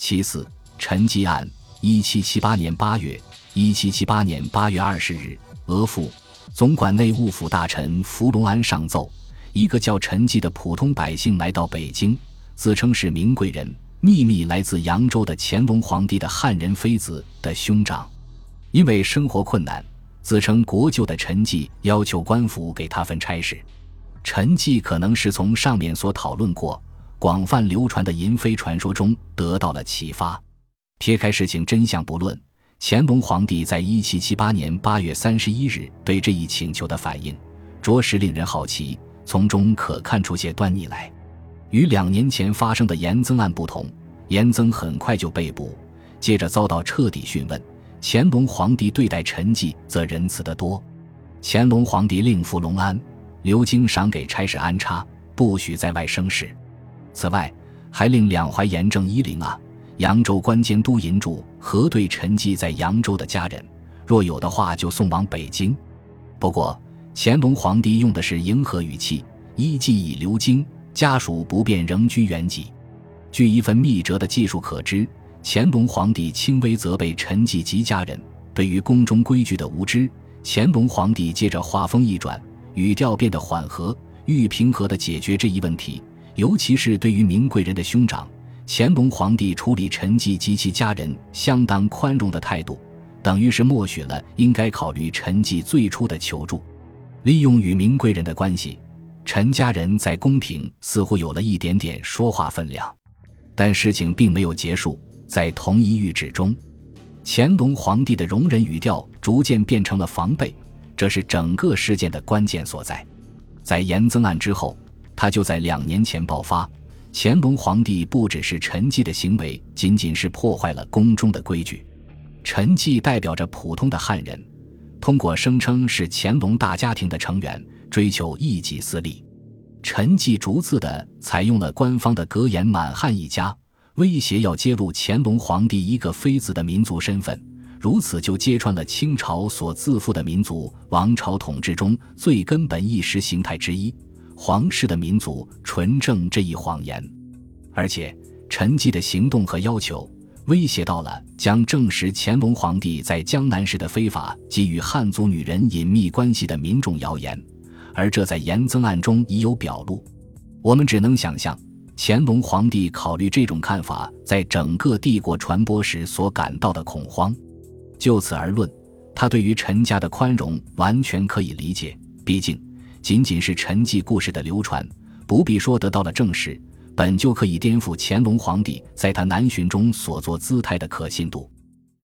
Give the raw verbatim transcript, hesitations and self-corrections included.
其四，陈纪案。一七七八年八月，一七七八年八月二十日，俄府总管内务府大臣福隆安上奏，一个叫陈纪的普通百姓来到北京，自称是名贵人，秘密来自扬州的乾隆皇帝的汉人妃子的兄长。因为生活困难，自称国舅的陈纪要求官府给他份差事。陈纪可能是从上面所讨论过、广泛流传的淫妃传说中得到了启发。撇开事情真相不论，乾隆皇帝在一七七八年八月三十一日对这一请求的反应，着实令人好奇，从中可看出些端倪来。与两年前发生的严增案不同，严增很快就被捕，接着遭到彻底讯问。乾隆皇帝对待陈纪则仁慈得多。乾隆皇帝令福隆安、刘京赏给差事安插，不许在外生事。此外，还令两淮盐政伊陵啊、扬州关监督银柱核对陈纪在扬州的家人，若有的话就送往北京。不过，乾隆皇帝用的是迎合语气，依计以刘京家属不便仍居原籍。据一份密折的记述可知，乾隆皇帝轻微责备陈纪及家人对于宫中规矩的无知。乾隆皇帝接着话锋一转，语调变得缓和，欲平和地解决这一问题，尤其是对于名贵人的兄长，乾隆皇帝处理陈纪及其家人相当宽容的态度，等于是默许了应该考虑陈纪最初的求助。利用与名贵人的关系，陈家人在宫廷似乎有了一点点说话分量。但事情并没有结束，在同一谕旨中，乾隆皇帝的容忍语调逐渐变成了防备，这是整个事件的关键所在。在严增案之后，他就在两年前爆发。乾隆皇帝不只是陈纪的行为仅仅是破坏了宫中的规矩，陈纪代表着普通的汉人，通过声称是乾隆大家庭的成员，追求一己私利。陈纪逐次地采用了官方的格言满汉一家，威胁要揭露乾隆皇帝一个妃子的民族身份，如此就揭穿了清朝所自负的民族王朝统治中最根本意识形态之一皇室的民族纯正这一谎言。而且陈纪的行动和要求威胁到了将证实乾隆皇帝在江南时的非法及与汉族女人隐秘关系的民众谣言，而这在严增案中已有表露。我们只能想象乾隆皇帝考虑这种看法在整个帝国传播时所感到的恐慌。就此而论，他对于陈家的宽容完全可以理解，毕竟仅仅是陈纪故事的流传，不必说得到了证实，本就可以颠覆乾隆皇帝在他南巡中所作姿态的可信度。